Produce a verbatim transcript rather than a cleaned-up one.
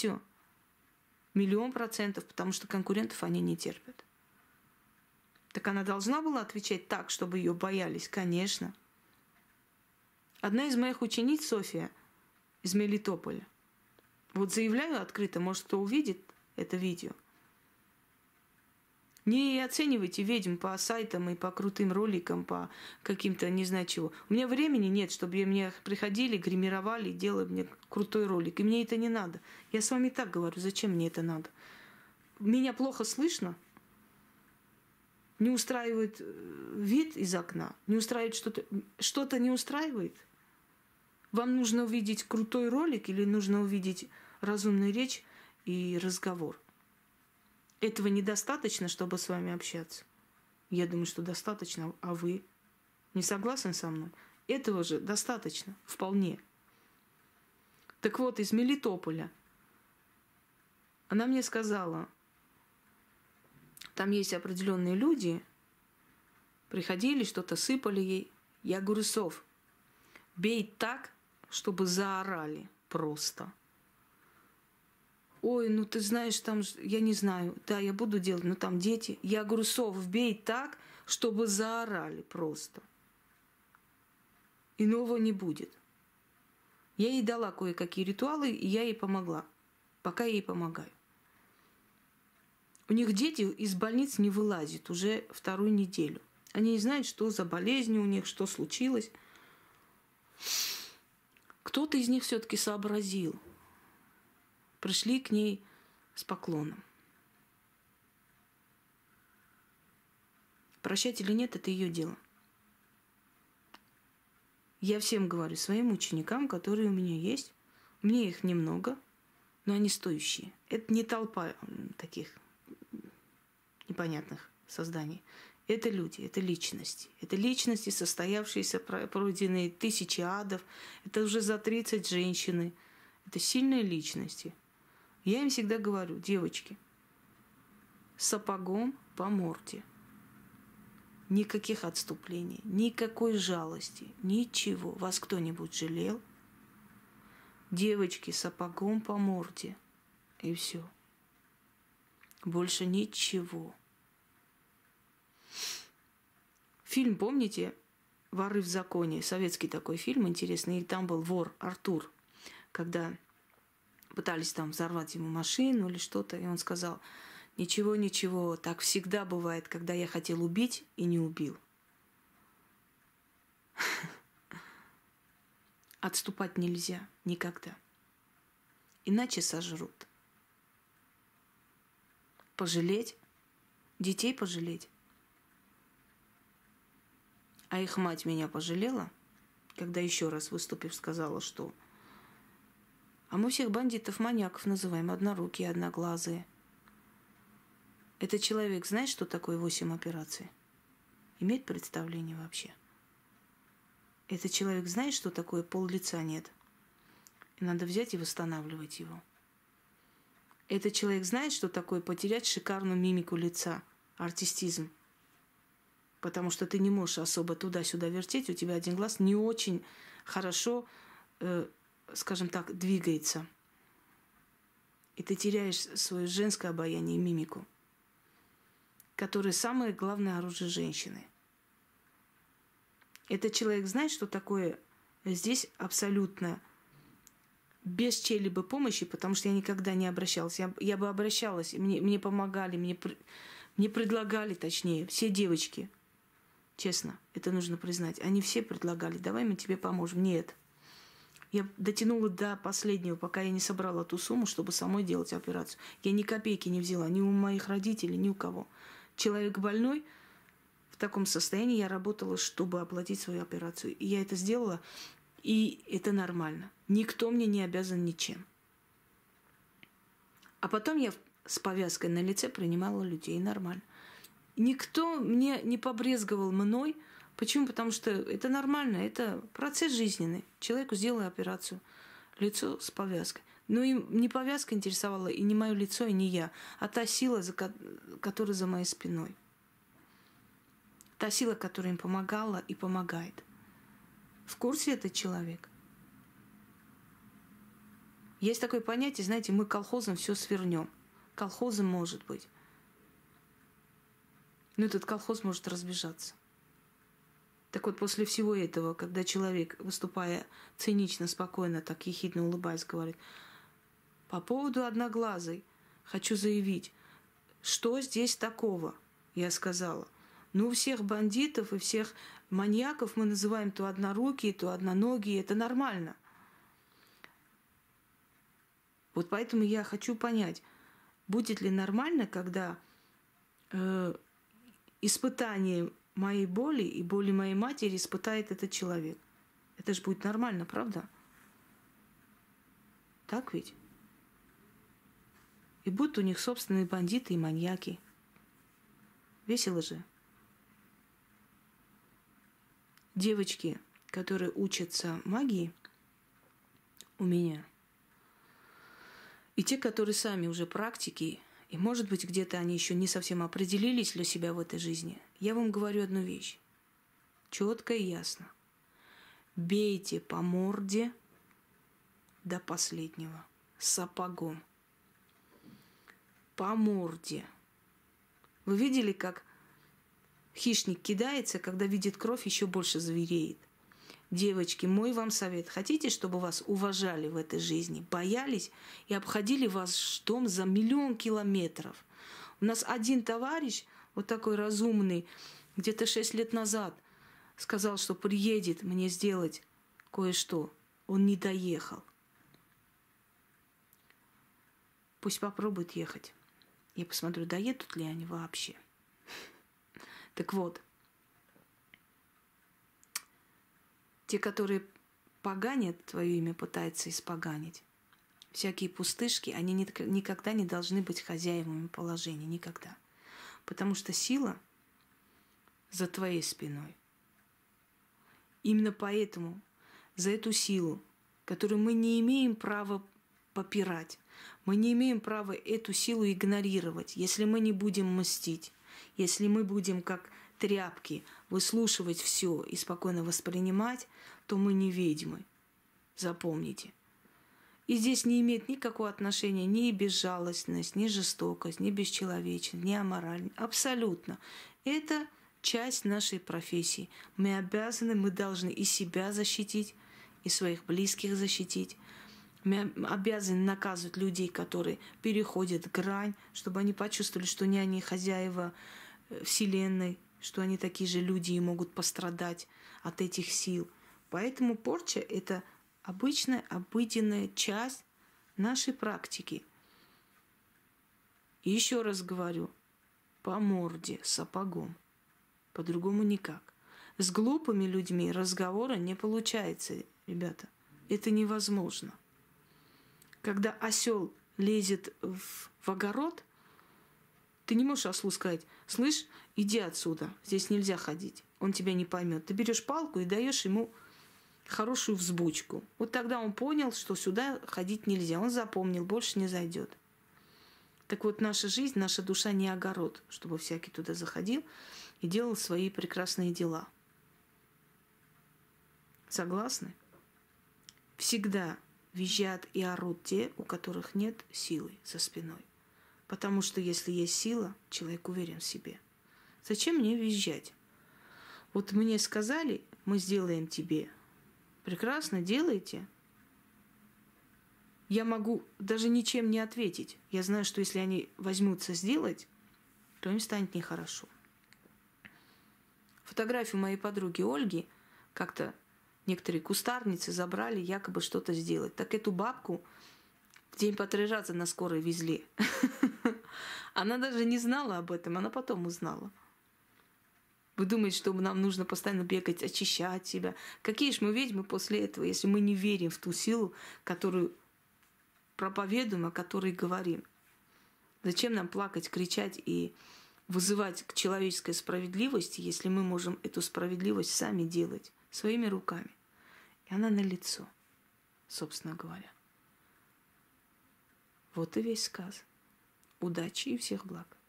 все. Миллион процентов, потому что конкурентов они не терпят. Так она должна была отвечать так, чтобы ее боялись? Конечно. Одна из моих учениц, София, из Мелитополя, вот заявляю открыто, может, кто увидит это видео. Не оценивайте ведьм по сайтам и по крутым роликам, по каким-то не знаю чего. У меня времени нет, чтобы мне приходили, гримировали, делали мне крутой ролик. И мне это не надо. Я с вами так говорю, зачем мне это надо? Меня плохо слышно? Не устраивает вид из окна? Не устраивает что-то? Что-то не устраивает? Вам нужно увидеть крутой ролик или нужно увидеть разумную речь и разговор? Этого недостаточно, чтобы с вами общаться? Я думаю, что достаточно, а вы не согласны со мной? Этого же достаточно, вполне. Так вот, из Мелитополя она мне сказала, там есть определенные люди, приходили, что-то сыпали ей. Я говорю, Соф, бей так, чтобы заорали просто. Ой, ну ты знаешь, там, я не знаю, да, я буду делать, но там дети. Я говорю, Соф, бей так, чтобы заорали просто. Иного не будет. Я ей дала кое-какие ритуалы, и я ей помогла. Пока я ей помогаю. У них дети из больниц не вылазят уже вторую неделю. Они не знают, что за болезнь у них, что случилось. Кто-то из них все-таки сообразил. Пришли к ней с поклоном. Прощать или нет, это ее дело. Я всем говорю, своим ученикам, которые у меня есть, мне их немного, но они стоящие. Это не толпа таких непонятных созданий. Это люди, это личности. Это личности, состоявшиеся, пройденные тысячи адов. Это уже за тридцать женщины. Это сильные личности. Я им всегда говорю, девочки, сапогом по морде. Никаких отступлений, никакой жалости, ничего. Вас кто-нибудь жалел? Девочки, сапогом по морде. И все. Больше ничего. Фильм, помните, «Воры в законе», советский такой фильм интересный, и там был вор Артур, когда пытались там взорвать ему машину или что-то, и он сказал, ничего, ничего, так всегда бывает, когда я хотел убить и не убил. Отступать нельзя никогда, иначе сожрут. Пожалеть, детей пожалеть. А их мать меня пожалела, когда еще раз выступив сказала, что а мы всех бандитов-маньяков называем однорукие, одноглазые. Этот человек знает, что такое восемь операций? Имеет представление вообще? Этот человек знает, что такое пол лица нет? И надо взять и восстанавливать его. Этот человек знает, что такое потерять шикарную мимику лица, артистизм. Потому что ты не можешь особо туда-сюда вертеть, у тебя один глаз не очень хорошо, э, скажем так, двигается. И ты теряешь свое женское обаяние и мимику, которое самое главное оружие женщины. Этот человек знает, что такое здесь абсолютно без чьей-либо помощи, потому что я никогда не обращалась. Я, я бы обращалась, мне, мне помогали, мне, мне предлагали, точнее, все девочки. Честно, это нужно признать. Они все предлагали, давай мы тебе поможем. Нет. Я дотянула до последнего, пока я не собрала ту сумму, чтобы самой делать операцию. Я ни копейки не взяла, ни у моих родителей, ни у кого. Человек больной, в таком состоянии я работала, чтобы оплатить свою операцию. И я это сделала, и это нормально. Никто мне не обязан ничем. А потом я с повязкой на лице принимала людей, нормально. Никто мне не побрезговал мной. Почему? Потому что это нормально, это процесс жизненный. Человеку сделали операцию, лицо с повязкой. Но им не повязка интересовала, и не мое лицо, и не я, а та сила, которая за моей спиной. Та сила, которая им помогала и помогает. В курсе этот человек? Есть такое понятие, знаете, мы колхозом все свернем. Колхозом может быть. Но этот колхоз может разбежаться. Так вот, после всего этого, когда человек, выступая цинично, спокойно, так ехидно улыбаясь, говорит: по поводу одноглазой хочу заявить, что здесь такого, я сказала. Ну, всех бандитов и всех маньяков мы называем то однорукие, то одноногие. Это нормально. Вот поэтому я хочу понять, будет ли нормально, когда э, испытание моей боли и боли моей матери испытает этот человек. Это же будет нормально, правда? Так ведь? И будут у них собственные бандиты и маньяки. Весело же. Девочки, которые учатся магии у меня, и те, которые сами уже практики, и, может быть, где-то они еще не совсем определились для себя в этой жизни, я вам говорю одну вещь. Четко и ясно. Бейте по морде до последнего. Сапогом. По морде. Вы видели, как хищник кидается, когда видит кровь, еще больше звереет? Девочки, мой вам совет. Хотите, чтобы вас уважали в этой жизни, боялись и обходили ваш дом за миллион километров? У нас один товарищ, вот такой разумный, где-то шесть лет назад сказал, что приедет мне сделать кое-что. Он не доехал. Пусть попробует ехать. Я посмотрю, доедут ли они вообще. Так вот, те, которые поганят твое имя, пытаются испоганить, всякие пустышки, они никогда не должны быть хозяевами положения. Никогда. Потому что сила за твоей спиной. Именно поэтому за эту силу, которую мы не имеем права попирать, мы не имеем права эту силу игнорировать, если мы не будем мстить, если мы будем как тряпки выслушивать все и спокойно воспринимать, то мы не ведьмы. Запомните. И здесь не имеет никакого отношения ни безжалостность, ни жестокость, ни бесчеловечность, ни аморальность. Абсолютно. Это часть нашей профессии. Мы обязаны, мы должны и себя защитить, и своих близких защитить. Мы обязаны наказывать людей, которые переходят грань, чтобы они почувствовали, что не они хозяева Вселенной, что они такие же люди и могут пострадать от этих сил. Поэтому порча – это обычная, обыденная часть нашей практики. И еще раз говорю, по морде, сапогом. По-другому никак. С глупыми людьми разговора не получается, ребята. Это невозможно. Когда осел лезет в, в огород, ты не можешь ослу сказать: слышь, иди отсюда, здесь нельзя ходить. Он тебя не поймет. Ты берешь палку и даешь ему хорошую взбучку. Вот тогда он понял, что сюда ходить нельзя. Он запомнил, больше не зайдет. Так вот, наша жизнь, наша душа не огород, чтобы всякий туда заходил и делал свои прекрасные дела. Согласны? Всегда визжат и орут те, у которых нет силы за спиной. Потому что если есть сила, человек уверен в себе. Зачем мне визжать? Вот мне сказали, мы сделаем тебе. Прекрасно, делайте. Я могу даже ничем не ответить. Я знаю, что если они возьмутся сделать, то им станет нехорошо. Фотографию моей подруги Ольги как-то некоторые кустарницы забрали якобы что-то сделать. Так эту бабку в день по три раза на скорой везли. Она даже не знала об этом, она потом узнала. Вы думаете, что нам нужно постоянно бегать, очищать себя? Какие ж мы ведьмы после этого, если мы не верим в ту силу, которую проповедуем, о которой говорим? Зачем нам плакать, кричать и вызывать к человеческой справедливости, если мы можем эту справедливость сами делать своими руками? И она налицо, собственно говоря. Вот и весь сказ. Удачи и всех благ.